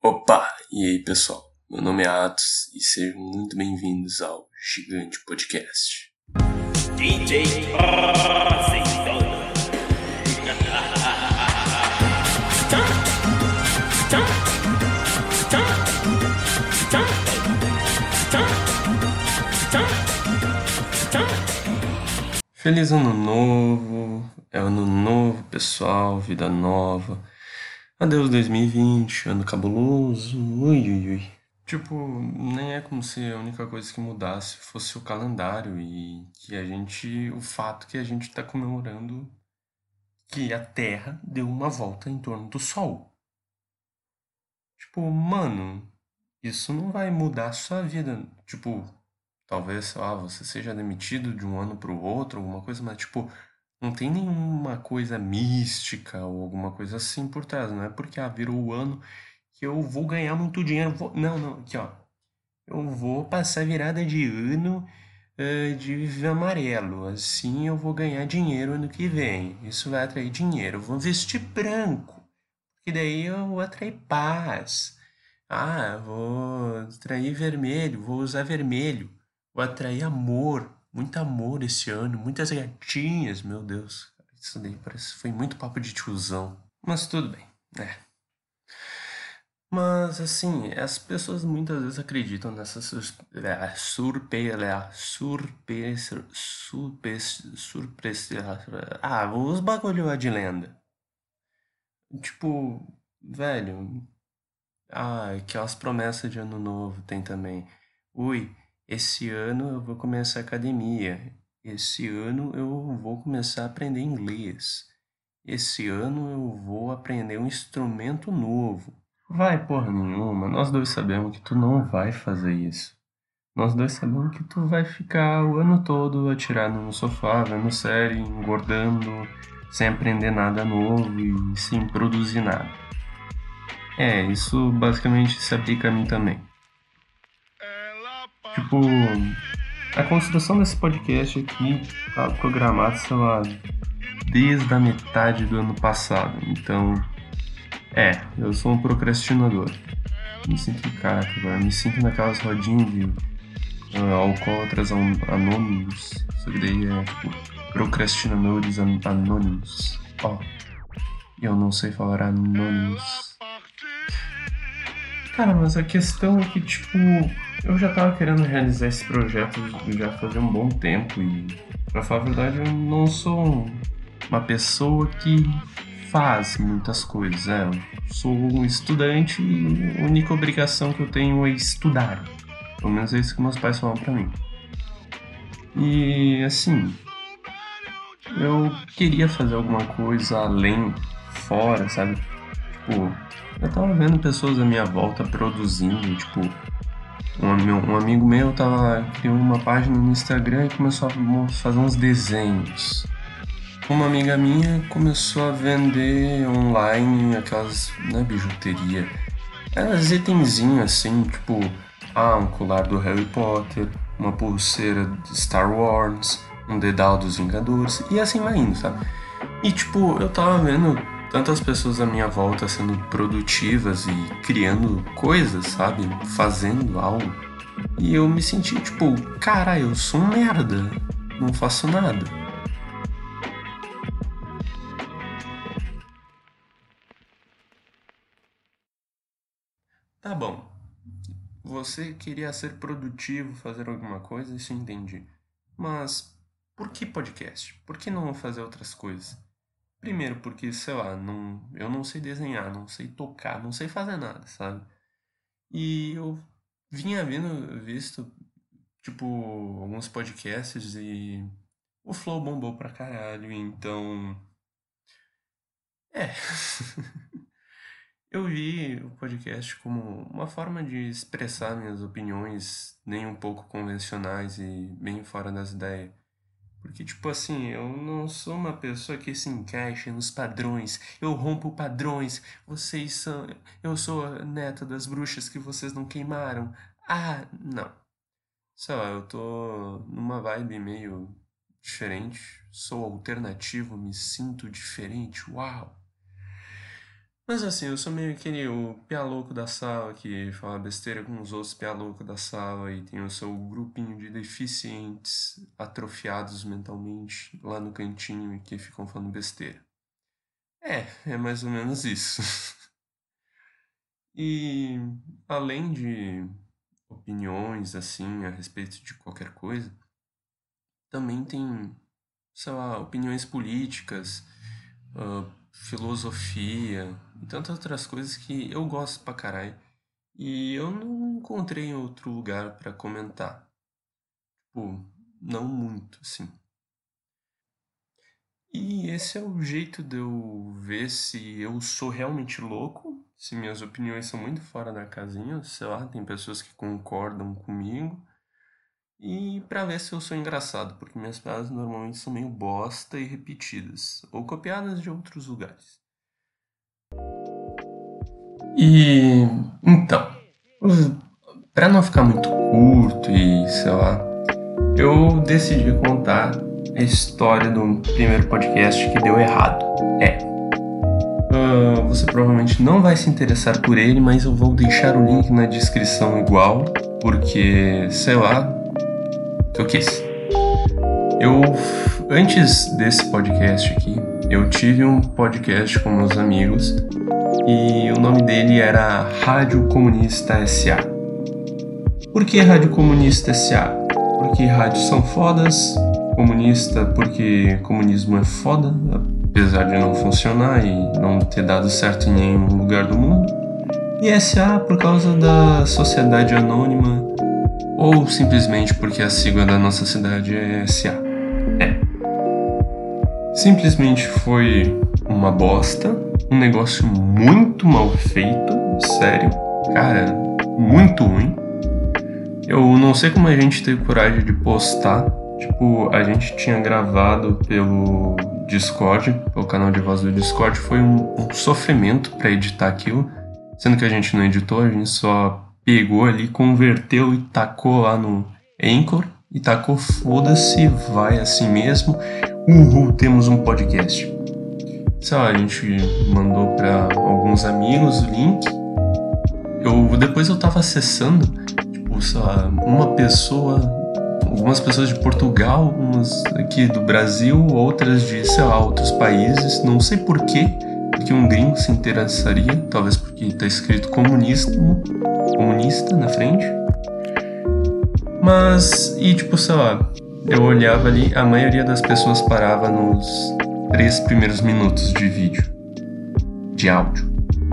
Opa! E aí, pessoal? Meu nome é Atos e sejam muito bem-vindos ao Gigante Podcast. DJ Azeitona. Feliz Ano Novo! É Ano Novo, pessoal, vida nova. Adeus 2020, ano cabuloso. Ui. Tipo, nem é como se a única coisa que mudasse fosse o calendário e que o fato que a gente tá comemorando que a Terra deu uma volta em torno do Sol. Tipo, mano, isso não vai mudar a sua vida. Tipo, talvez, sei lá, você seja demitido de um ano pro outro, alguma coisa, mas tipo, não tem nenhuma coisa mística ou alguma coisa assim por trás. Não é porque virou o ano que eu vou ganhar muito dinheiro. Não, aqui ó. Eu vou passar virada de ano de amarelo. Assim eu vou ganhar dinheiro ano que vem. Isso vai atrair dinheiro. Eu vou vestir branco, que daí eu vou atrair paz. Vou atrair vermelho, vou usar vermelho. Vou atrair amor, muito amor esse ano, muitas gatinhas, meu Deus. Isso daí parece foi muito papo de tiozão. Mas tudo bem, né? Mas assim, as pessoas muitas vezes acreditam nessas os bagulho lá de lenda. Tipo, velho, aquelas promessas de ano novo tem também. Ui, esse ano eu vou começar a academia. Esse ano eu vou começar a aprender inglês. Esse ano eu vou aprender um instrumento novo. Vai porra nenhuma, nós dois sabemos que tu não vai fazer isso. Nós dois sabemos que tu vai ficar o ano todo atirado no sofá, vendo série, engordando, sem aprender nada novo e sem produzir nada. Isso basicamente se aplica a mim também. Tipo, a construção desse podcast aqui tá programada, sei lá, desde a metade do ano passado. Então, eu sou um procrastinador. Me sinto, caraca, agora me sinto naquelas rodinhas de alcoólatras anônimos. Só que daí é tipo, procrastinadores anônimos. Eu não sei falar anônimos. Cara, mas a questão é que, tipo, eu já tava querendo realizar esse projeto já fazia um bom tempo e, pra falar a verdade, eu não sou uma pessoa que faz muitas coisas. Eu sou um estudante e a única obrigação que eu tenho é estudar. Pelo menos é isso que meus pais falam pra mim. E, assim, eu queria fazer alguma coisa além, fora, sabe? Tipo, eu tava vendo pessoas à minha volta produzindo, tipo, um amigo meu criou uma página no Instagram e começou a fazer uns desenhos. Uma amiga minha começou a vender online aquelas, não é bijuteria, aquelas itenzinhos assim, tipo, um colar do Harry Potter, uma pulseira de Star Wars, um dedal dos Vingadores, e assim vai indo, sabe? E tipo, eu tava vendo tantas pessoas à minha volta sendo produtivas e criando coisas, sabe? Fazendo algo. E eu me senti tipo, cara, eu sou um merda, não faço nada. Tá bom. Você queria ser produtivo, fazer alguma coisa, isso eu entendi. Mas por que podcast? Por que não fazer outras coisas? Primeiro, porque, sei lá, eu não sei desenhar, não sei tocar, não sei fazer nada, sabe? E eu vinha visto, tipo, alguns podcasts e o Flow bombou pra caralho, então. É. Eu vi o podcast como uma forma de expressar minhas opiniões nem um pouco convencionais e bem fora das ideias. Porque, tipo assim, eu não sou uma pessoa que se encaixa nos padrões. Eu rompo padrões. Vocês são. Eu sou a neta das bruxas que vocês não queimaram. Não. Sei lá, eu tô numa vibe meio diferente. Sou alternativo, me sinto diferente. Uau! Mas assim, eu sou meio aquele o piá louco da sala que fala besteira com os outros piá louco da sala e tem o seu grupinho de deficientes atrofiados mentalmente lá no cantinho e que ficam falando besteira. É mais ou menos isso. E além de opiniões assim a respeito de qualquer coisa, também tem, sei lá, opiniões políticas, filosofia e tantas outras coisas que eu gosto pra caralho. E eu não encontrei outro lugar pra comentar. Tipo, não muito, assim. E esse é o jeito de eu ver se eu sou realmente louco, se minhas opiniões são muito fora da casinha, sei lá, tem pessoas que concordam comigo. E pra ver se eu sou engraçado, porque minhas piadas normalmente são meio bosta e repetidas, ou copiadas de outros lugares. E então, pra não ficar muito curto e sei lá, eu decidi contar a história do primeiro podcast que deu errado. Você provavelmente não vai se interessar por ele, mas eu vou deixar o link na descrição igual, porque sei lá, que eu quis. Eu, antes desse podcast aqui, eu tive um podcast com meus amigos e o nome dele era Rádio Comunista S.A. Por que Rádio Comunista S.A.? Porque rádios são fodas, comunista porque comunismo é foda, apesar de não funcionar e não ter dado certo em nenhum lugar do mundo, e S.A. por causa da sociedade anônima, ou simplesmente porque a sigla da nossa cidade é S.A. Simplesmente foi uma bosta, um negócio muito mal feito, sério, cara, muito ruim. Eu não sei como a gente teve coragem de postar. Tipo, a gente tinha gravado pelo Discord, pelo canal de voz do Discord. Foi um sofrimento pra editar aquilo. Sendo que a gente não editou, a gente só pegou ali, converteu e tacou lá no Anchor. E tacou foda-se, vai assim mesmo. Uhul, temos um podcast. Sei lá, a gente mandou pra alguns amigos o link. Depois eu tava acessando, tipo, sei lá, algumas pessoas de Portugal, umas aqui do Brasil, outras de, sei lá, outros países. Não sei por quê, porque um gringo se interessaria, talvez porque tá escrito comunista na frente. Mas, e tipo, sei lá, eu olhava ali, a maioria das pessoas parava nos 3 primeiros minutos de vídeo, de áudio.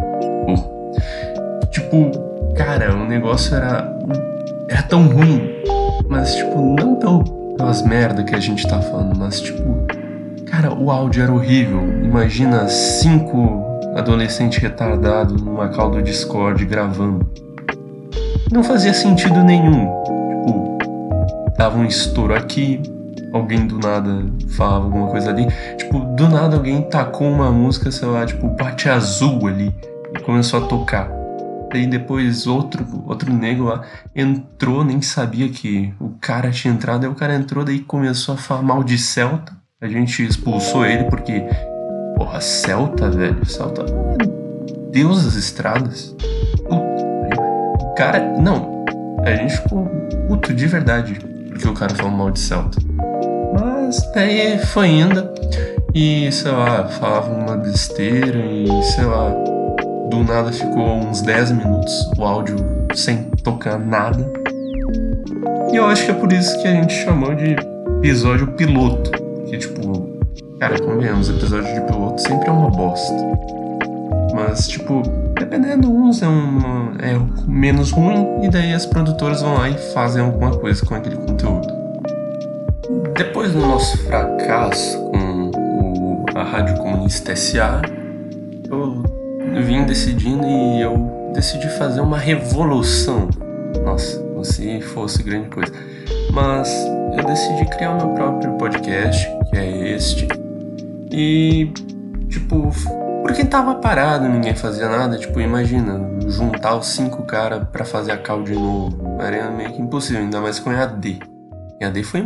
Tipo, cara, o negócio era tão ruim, mas tipo, não pelas merda que a gente tá falando, mas tipo, cara, o áudio era horrível. Imagina 5 adolescentes retardados numa call do Discord gravando. Não fazia sentido nenhum. Tipo, dava um estouro aqui, alguém do nada falava alguma coisa ali. Tipo, do nada alguém tacou uma música, sei lá, tipo, Bate Azul ali e começou a tocar. Daí depois outro nego lá entrou, nem sabia que o cara tinha entrado. Aí o cara entrou, daí começou a falar mal de Celta. A gente expulsou ele porque, porra, Celta, velho. Celta é Deus das estradas. O cara, não, a gente ficou puto de verdade porque o cara falou mal de Celta. Mas daí foi indo e, sei lá, falava uma besteira e, sei lá, do nada ficou uns 10 minutos o áudio sem tocar nada. E eu acho que é por isso que a gente chamou de episódio piloto. Porque, tipo, cara, convenhamos, episódio de piloto sempre é uma bosta. Mas, tipo, dependendo, uns é menos ruim, e daí as produtoras vão lá e fazem alguma coisa com aquele conteúdo. Depois do nosso fracasso com a Rádio Comunista S.A., eu vim decidindo e eu decidi fazer uma revolução. Nossa, como se fosse grande coisa. Mas eu decidi criar o meu próprio podcast, que é este. E, tipo, porque tava parado, ninguém fazia nada. Tipo, imagina, juntar os 5 caras pra fazer a call de novo. Era meio que impossível, ainda mais com EAD. EAD foi...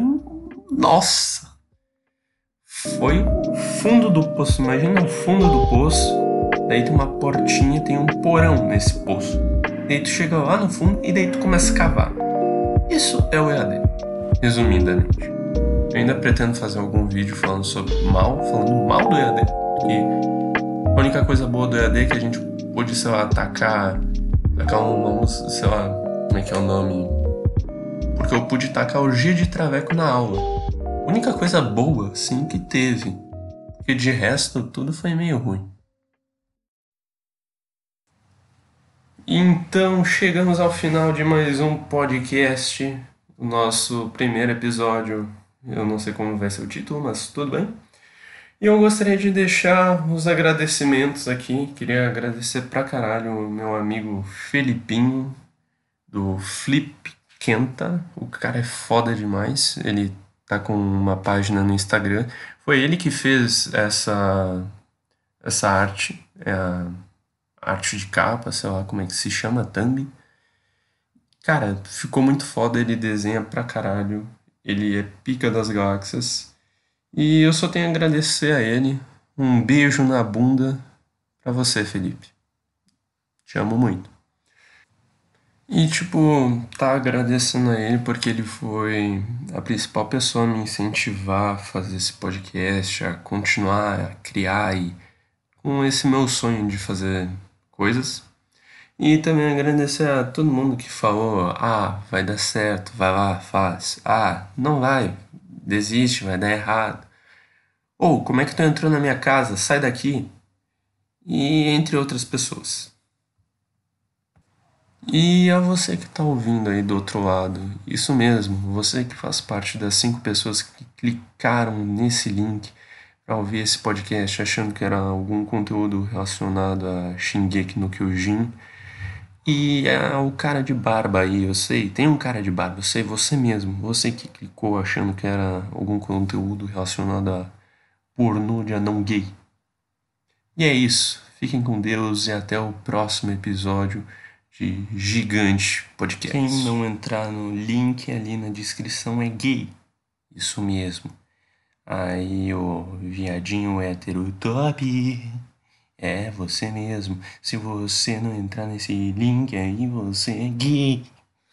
Nossa! Foi o fundo do poço. Imagina o fundo do poço. Daí tem uma portinha, tem um porão nesse poço. Daí tu chega lá no fundo e daí tu começa a cavar. Isso é o EAD, resumidamente. Eu ainda pretendo fazer algum vídeo falando mal do EAD, porque a única coisa boa do EAD é que a gente pôde, sei lá, tacar sei lá, como é que é o nome? Porque eu pude tacar o G de Traveco na aula. A única coisa boa, sim, que teve. Porque de resto, tudo foi meio ruim. Então, chegamos ao final de mais um podcast. O nosso primeiro episódio. Eu não sei como vai ser o título, mas tudo bem. E eu gostaria de deixar os agradecimentos aqui. Queria agradecer pra caralho o meu amigo Felipinho, do Flip Kenta. O cara é foda demais. Ele tá com uma página no Instagram. Foi ele que fez essa arte. É a arte de capa, sei lá como é que se chama, thumb. Cara, ficou muito foda. Ele desenha pra caralho. Ele é pica das galáxias. E eu só tenho a agradecer a ele. Um beijo na bunda pra você, Felipe. Te amo muito. E, tipo, tá agradecendo a ele porque ele foi a principal pessoa a me incentivar a fazer esse podcast, a continuar a criar e com esse meu sonho de fazer coisas. E também agradecer a todo mundo que falou: ah, vai dar certo, vai lá, faz. Ah, não vai, desiste, vai dar errado. Ou, como é que tu entrou na minha casa? Sai daqui. E entre outras pessoas. E a você que está ouvindo aí do outro lado, isso mesmo, você que faz parte das 5 pessoas que clicaram nesse link para ouvir esse podcast achando que era algum conteúdo relacionado a Shingeki no Kyojin. E é o cara de barba aí, eu sei, tem um cara de barba, eu sei, você mesmo, você que clicou achando que era algum conteúdo relacionado a pornô de anão gay. E é isso. Fiquem com Deus e até o próximo episódio de Gigante Podcast. Quem não entrar no link ali na descrição é gay. Isso mesmo. Aí, o viadinho hétero top. É você mesmo. Se você não entrar nesse link aí, você é gay.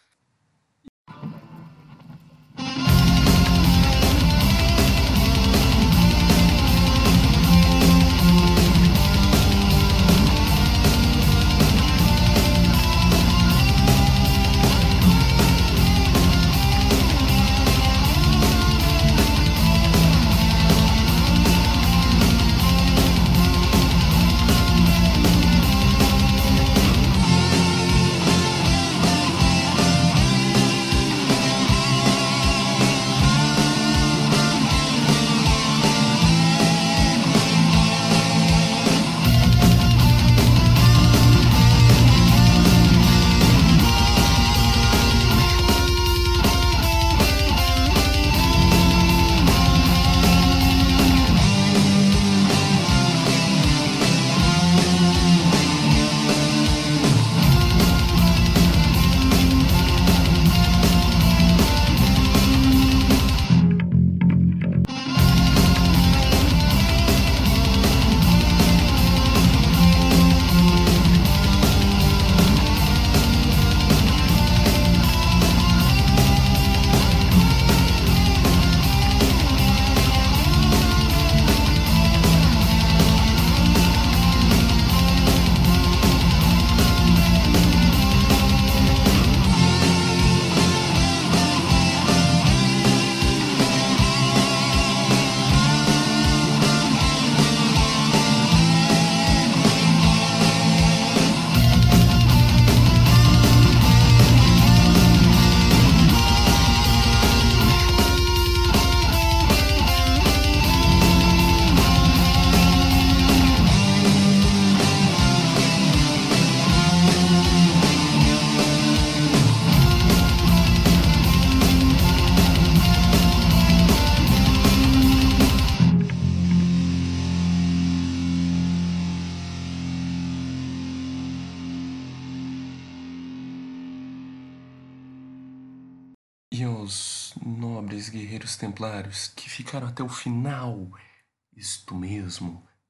E aos nobres guerreiros templários que ficaram até o final, isto mesmo,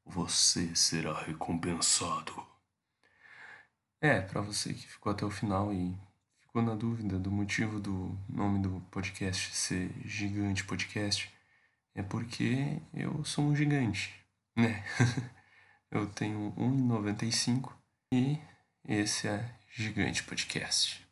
você será recompensado. Pra você que ficou até o final e ficou na dúvida do motivo do nome do podcast ser Gigante Podcast, é porque eu sou um gigante, né? Eu tenho 1,95 e esse é Gigante Podcast.